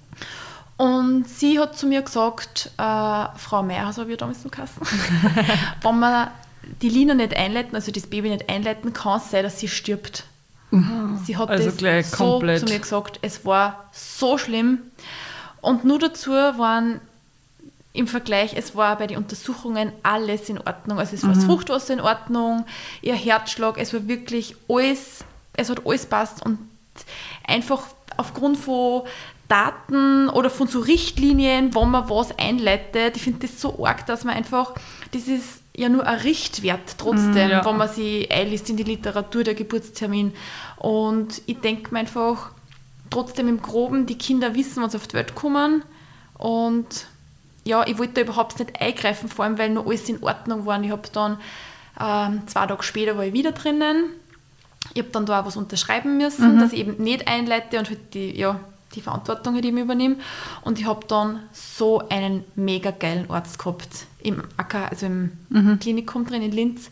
Und sie hat zu mir gesagt, äh, Frau Meier, so habe ich damals noch geheißen, wenn man die Lina nicht einleiten, also das Baby nicht einleiten, kann es sein, dass sie stirbt. Sie hat Also das gleich so komplett. zu mir gesagt, es war so schlimm. Und nur dazu waren im Vergleich, es war bei den Untersuchungen alles in Ordnung. Also es war das Fruchtwasser in Ordnung, ihr Herzschlag, es war wirklich alles, es hat alles passt. Und einfach aufgrund von Daten oder von so Richtlinien, wo man was einleitet, ich finde das so arg, dass man einfach, das ist ja nur ein Richtwert trotzdem, ja. wenn man sich einliest in die Literatur, der Geburtstermin. Und ich denke mir einfach, trotzdem im Groben, die Kinder wissen, wann sie auf die Welt kommen. Und ja, ich wollte da überhaupt nicht eingreifen, vor allem, weil noch alles in Ordnung war. Ich habe dann, ähm, zwei Tage später war ich wieder drinnen. Ich habe dann da auch was unterschreiben müssen, dass ich eben nicht einleite und halt die, ja, die Verantwortung halt eben übernehme. Und ich habe dann so einen mega geilen Arzt gehabt, im A K, also im Klinikum drin in Linz,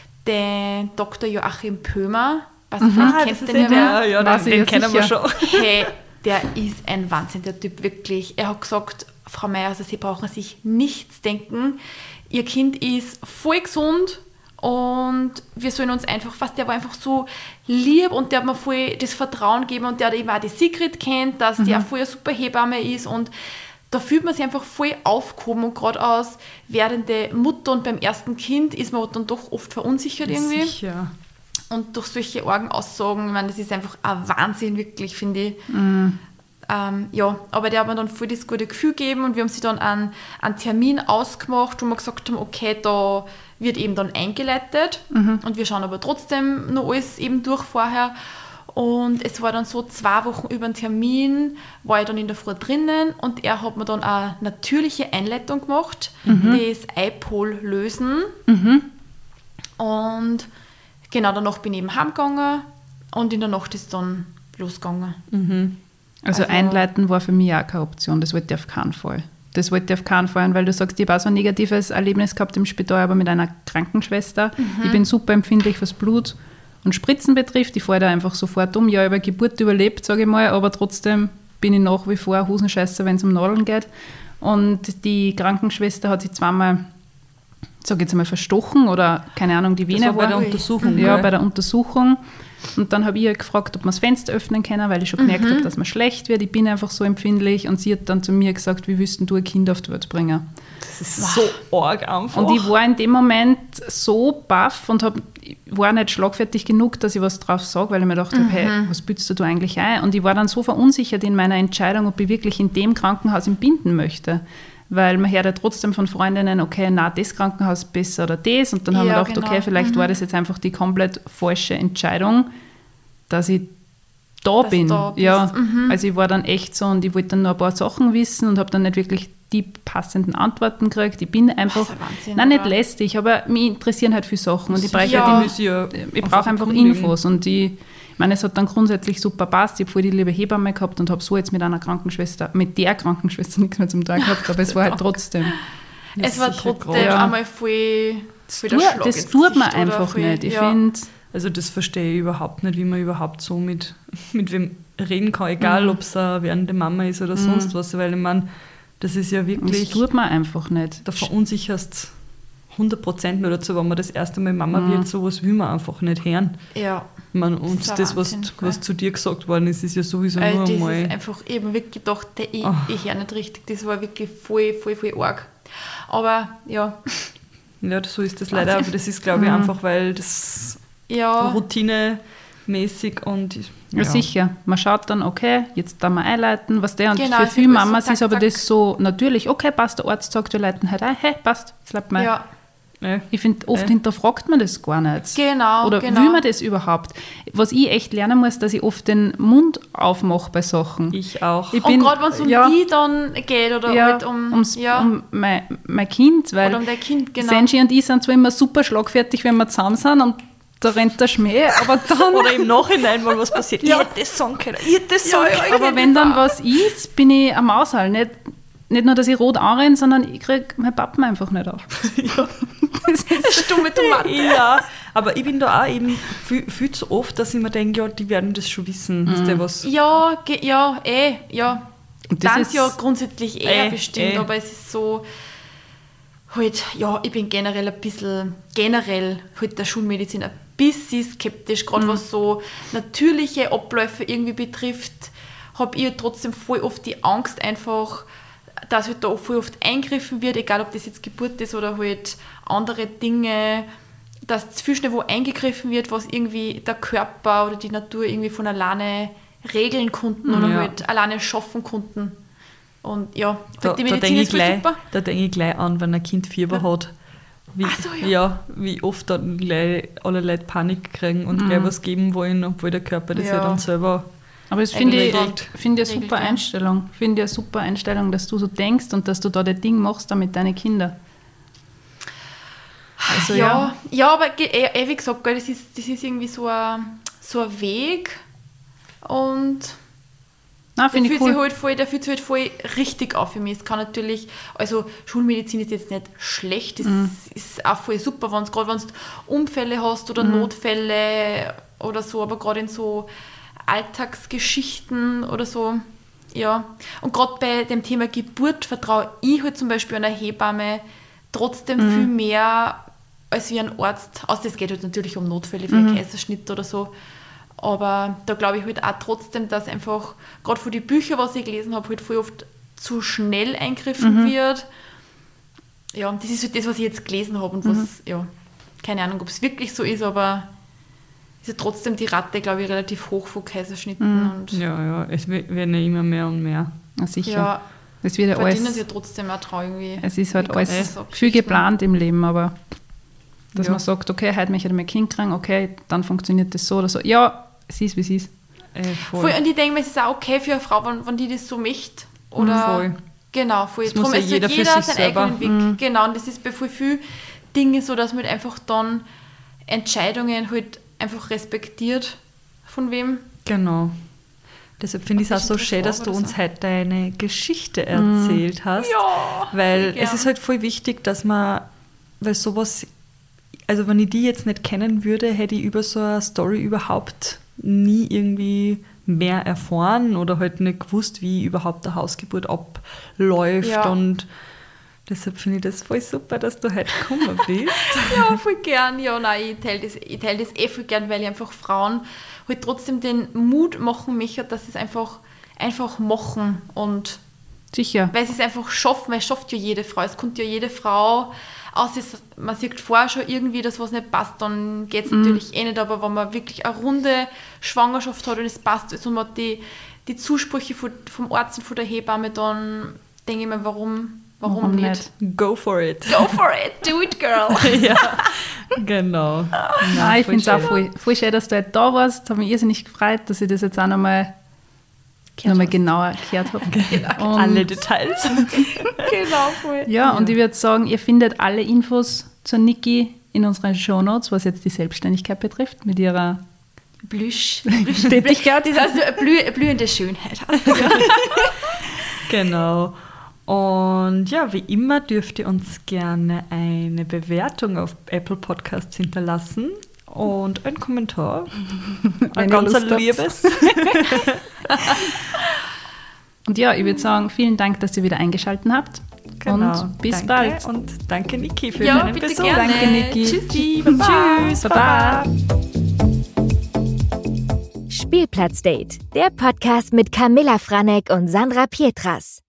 den Doktor Joachim Pömer. Was mhm. vielleicht Ah, kennt das den ist ja ja, wer? ja, den, Weiß ich den ja kennen wir sicher. schon. Hey, der ist ein Wahnsinn, der Typ, wirklich. Er hat gesagt, Frau Meier, also Sie brauchen sich nichts denken. Ihr Kind ist voll gesund und wir sollen uns einfach, fast der war einfach so lieb und der hat mir voll das Vertrauen gegeben und der hat eben auch die Secret kennt, dass die auch voll eine super Hebamme ist und da fühlt man sich einfach voll aufgehoben und gerade als werdende Mutter und beim ersten Kind ist man dann doch oft verunsichert irgendwie. Sicher. Und durch solche argen Aussagen, ich meine, das ist einfach ein Wahnsinn, wirklich, finde ich. Mm. Ähm, ja, aber der hat mir dann voll das gute Gefühl gegeben und wir haben sich dann einen, einen Termin ausgemacht, wo wir gesagt haben, okay, da wird eben dann eingeleitet mhm. und wir schauen aber trotzdem noch alles eben durch vorher. Und es war dann so, zwei Wochen über den Termin war ich dann in der Früh drinnen und er hat mir dann eine natürliche Einleitung gemacht, mhm. das I P O L lösen. Mhm. Und genau, danach bin ich eben heimgegangen und in der Nacht ist dann losgegangen. Mhm. Also, also einleiten war für mich auch keine Option, das wollte ich auf keinen Fall. Das wollte ich auf keinen Fall, weil du sagst, ich habe auch so ein negatives Erlebnis gehabt im Spital, aber mit einer Krankenschwester. Mhm. Ich bin super empfindlich, was Blut und Spritzen betrifft. Ich falle da einfach sofort um. Ja, ich habe eine Geburt überlebt, sage ich mal, aber trotzdem bin ich nach wie vor Hosenscheißer, wenn es um Nadeln geht. Und die Krankenschwester hat sich zweimal, sage ich jetzt einmal, verstochen oder, keine Ahnung, die Vene das war. war bei der Untersuchung. Ja, gell? bei der Untersuchung. Und dann habe ich ihr gefragt, ob wir das Fenster öffnen können, weil ich schon gemerkt mhm. habe, dass mir schlecht wird. Ich bin einfach so empfindlich. Und sie hat dann zu mir gesagt, wie willst du ein Kind auf die Welt bringen? Das ist so arg einfach. Und ich war in dem Moment so baff und hab, war nicht schlagfertig genug, dass ich was drauf sage, weil ich mir dachte, mhm. hey, was bützt du eigentlich ein? Und ich war dann so verunsichert in meiner Entscheidung, ob ich wirklich in dem Krankenhaus entbinden möchte. Weil man hört ja trotzdem von Freundinnen, okay, na das Krankenhaus ist besser oder das. Und dann haben ja, wir gedacht, genau. okay, vielleicht mhm. war das jetzt einfach die komplett falsche Entscheidung, dass ich da dass bin. Da ja, mhm. also ich war dann echt so und ich wollte dann noch ein paar Sachen wissen und habe dann nicht wirklich die passenden Antworten gekriegt. Ich bin einfach, ein Wahnsinn, nein, nicht oder? lästig, aber mich interessieren halt viele Sachen und ich brauche Ja. halt Die müssen ja ich brauche einfach erkundigen. Infos und ich, ich meine, es hat dann grundsätzlich super passt. Ich habe voll die liebe Hebamme gehabt und habe so jetzt mit einer Krankenschwester, mit der Krankenschwester nichts mehr zum Tag gehabt, aber es war halt trotzdem. Es war sicher trotzdem gerade. Ja. einmal voll, voll der Tu, Schlag das ins tut man Gesicht oder einfach voll, nicht. Ich ja. finde, Also das verstehe ich überhaupt nicht, wie man überhaupt so mit, mit wem reden kann, egal Mhm. ob es eine werdende Mama ist oder sonst was, weil ich meine, das ist ja das wirklich, tut man einfach nicht. da verunsicherst hundert Prozent nur dazu, wenn man das erste Mal Mama Mhm. wird, sowas will man einfach nicht hören. Ja. Ich meine, Das und ist ein das, was, Wahnsinn, gell? was zu dir gesagt worden ist, ist ja sowieso Also nur das einmal... ist einfach eben wirklich gedacht, ich, Ach. ich höre nicht richtig. Das war wirklich voll, voll, voll arg. Aber ja, Ja, so ist das leider, aber das ist, glaube ich, Mhm. einfach, weil das ja, Routine mäßig und Ja, sicher. Man schaut dann, okay, jetzt da mal einleiten, was der und Genau, für es viele wird alles so Mamas zack, ist aber zack. das so natürlich, okay, passt, der Arzt sagt, wir leiten heute ein, hey, passt, jetzt leiten wir ein. Ja, Ja. Ich finde, oft Ja. hinterfragt man das gar nicht. genau, Oder genau. will man das überhaupt? Was ich echt lernen muss, dass ich oft den Mund aufmache bei Sachen. Ich auch. Ich Und bin- gerade wenn es um ja. die dann geht oder ja, halt um, ums, ja, um mein, mein Kind, weil oder um dein Kind, genau. Senji und ich sind zwar immer super schlagfertig, wenn wir zusammen sind und da rennt der Schmäh, aber dann... Oder im Nachhinein, weil was passiert. Ja. Ich hätte das sagen können, ich hätte das sagen können. aber wenn dann was ist, bin ich am Aushall. Nicht, nicht nur, dass ich rot anrenne, sondern ich kriege mein Pappen einfach nicht auf. Das ist Stumme Tomaten. Ja, aber ich bin da auch eben viel, viel zu oft, dass ich mir denke, ja, die werden das schon wissen, wisst ihr was. Ja, ge- ja, eh, ja. Und das Dann ist- ja grundsätzlich eher Eh, bestimmt, eh. aber es ist so, halt, ja, ich bin generell ein bisschen, generell halt der Schulmedizin ein bisschen skeptisch, gerade was so natürliche Abläufe irgendwie betrifft, habe ich trotzdem voll oft die Angst einfach, dass halt da voll oft eingegriffen wird, egal ob das jetzt Geburt ist oder halt andere Dinge, dass zu viel schnell wo eingegriffen wird, was irgendwie der Körper oder die Natur irgendwie von alleine regeln konnten oder Ja. halt alleine schaffen konnten. Und ja, Da, halt die da Medizin denke ich, ist voll gleich- super. da denk ich gleich an, wenn ein Kind Fieber hat. Wie, Ach so, ja. wie oft dann gleich alle Leute Panik kriegen und gleich was geben wollen, obwohl der Körper das ja, Ja. dann selber... Aber das finde ich, Regelt. finde ich eine Regelt, super ja. Einstellung. Finde ich eine super Einstellung, dass du so denkst und dass du da das Ding machst da mit deinen Kindern. Also ja, ja, aber ge- eh, eh, wie gesagt, gell, das ist, das ist irgendwie so ein, so ein Weg und Nein, der finde fühlt, ich sich cool. halt voll, der fühlt sich halt voll richtig auf für mich. Es kann natürlich, also Schulmedizin ist jetzt nicht schlecht, das Mhm. ist auch voll super, wenn's, gerade wenn du Unfälle hast oder Mhm. Notfälle oder so, aber gerade in so Alltagsgeschichten oder so, ja. Und gerade bei dem Thema Geburt vertraue ich halt zum Beispiel einer Hebamme trotzdem Mhm. viel mehr als wie ein Arzt. Außer es geht halt natürlich um Notfälle wie Mhm. ein Kaiserschnitt oder so. Aber da glaube ich halt auch trotzdem, dass einfach, gerade von den Büchern, was ich gelesen habe, halt voll oft zu schnell eingegriffen Mhm. wird. Ja, das ist halt das, was ich jetzt gelesen habe und was, Mhm. ja, keine Ahnung, ob es wirklich so ist, aber ist ja trotzdem die Rate, glaube ich, relativ hoch von Kaiserschnitten. Mhm. Und Ja, ja, es wird- werden ja immer mehr und mehr. Ja, sicher. ja, Es wird ja verdienen alles, sie ja trotzdem auch trau irgendwie. es ist halt die alles ganzen viel Sackgeschichten. geplant im Leben, aber dass Ja. man sagt, okay, heute möchte ich mein Kind kriegen, okay, dann funktioniert das so oder so. Ja, es ist, wie es ist. Äh, voll. Voll, und ich denke mir, es ist auch okay für eine Frau, wenn, wenn die das so möchte. Oder, Voll. Genau, voll. Das muss ja es jeder soll für jeder sich seinen selber. eigenen Weg. Genau, und das ist bei voll vielen Dingen so, dass man halt einfach dann Entscheidungen halt einfach respektiert von wem. Genau. Deshalb finde ich es auch so Bisschen schön, dass drauf du oder uns so. heute deine Geschichte erzählt hast. Ja, Weil voll es gern. ist halt voll wichtig, dass man, weil sowas, also wenn ich die jetzt nicht kennen würde, hätte ich über so eine Story überhaupt nie irgendwie mehr erfahren oder halt nicht gewusst, wie überhaupt eine Hausgeburt abläuft. Ja. Und deshalb finde ich das voll super, dass du heute gekommen bist. Ja, voll gern. Ja, nein, ich teile das, ich teile das eh voll gern, weil ich einfach Frauen halt trotzdem den Mut machen möchte, dass sie es einfach, einfach machen und Sicher. weil sie es einfach schaffen, weil es schafft ja jede Frau. Es kommt ja jede Frau, außer es, man sieht vorher schon irgendwie, dass was nicht passt, dann geht es natürlich eh nicht, aber wenn man wirklich eine runde Schwangerschaft hat und es passt, also man hat die, die Zusprüche von, vom Arzt und von der Hebamme, dann denke ich mir, warum, warum, Warum nicht? Go for it. Go for it, do it, girl! Ja, genau. Nein, ich voll finde es auch schön. voll, voll schön, dass du heute da warst. Hat mich irrsinnig gefreut, dass ich das jetzt auch nochmal noch mal genauer erklärt habe. Und- Alle Details. Genau, voll. Ja, und ich würde sagen, ihr findet alle Infos zur Niki in unseren Shownotes, was jetzt die Selbstständigkeit betrifft, mit ihrer Blüsch. Tätigkeit. Das heißt, eine blüh- blühende Schönheit. Genau. Und ja, wie immer dürft ihr uns gerne eine Bewertung auf Apple Podcasts hinterlassen und einen Kommentar. Wenn Ein ihr ganz Lust habt. liebes. Und ja, ich würde sagen, vielen Dank, dass ihr wieder eingeschaltet habt. Genau. Und bis danke bald. Und danke, Niki, für Ja, deinen bitte Besuch. gerne. Danke, Niki. Tschüssi, Baba. Tschüss, Baba. Spielplatzdate, der Podcast mit Camilla Franek und Sandra Pietras.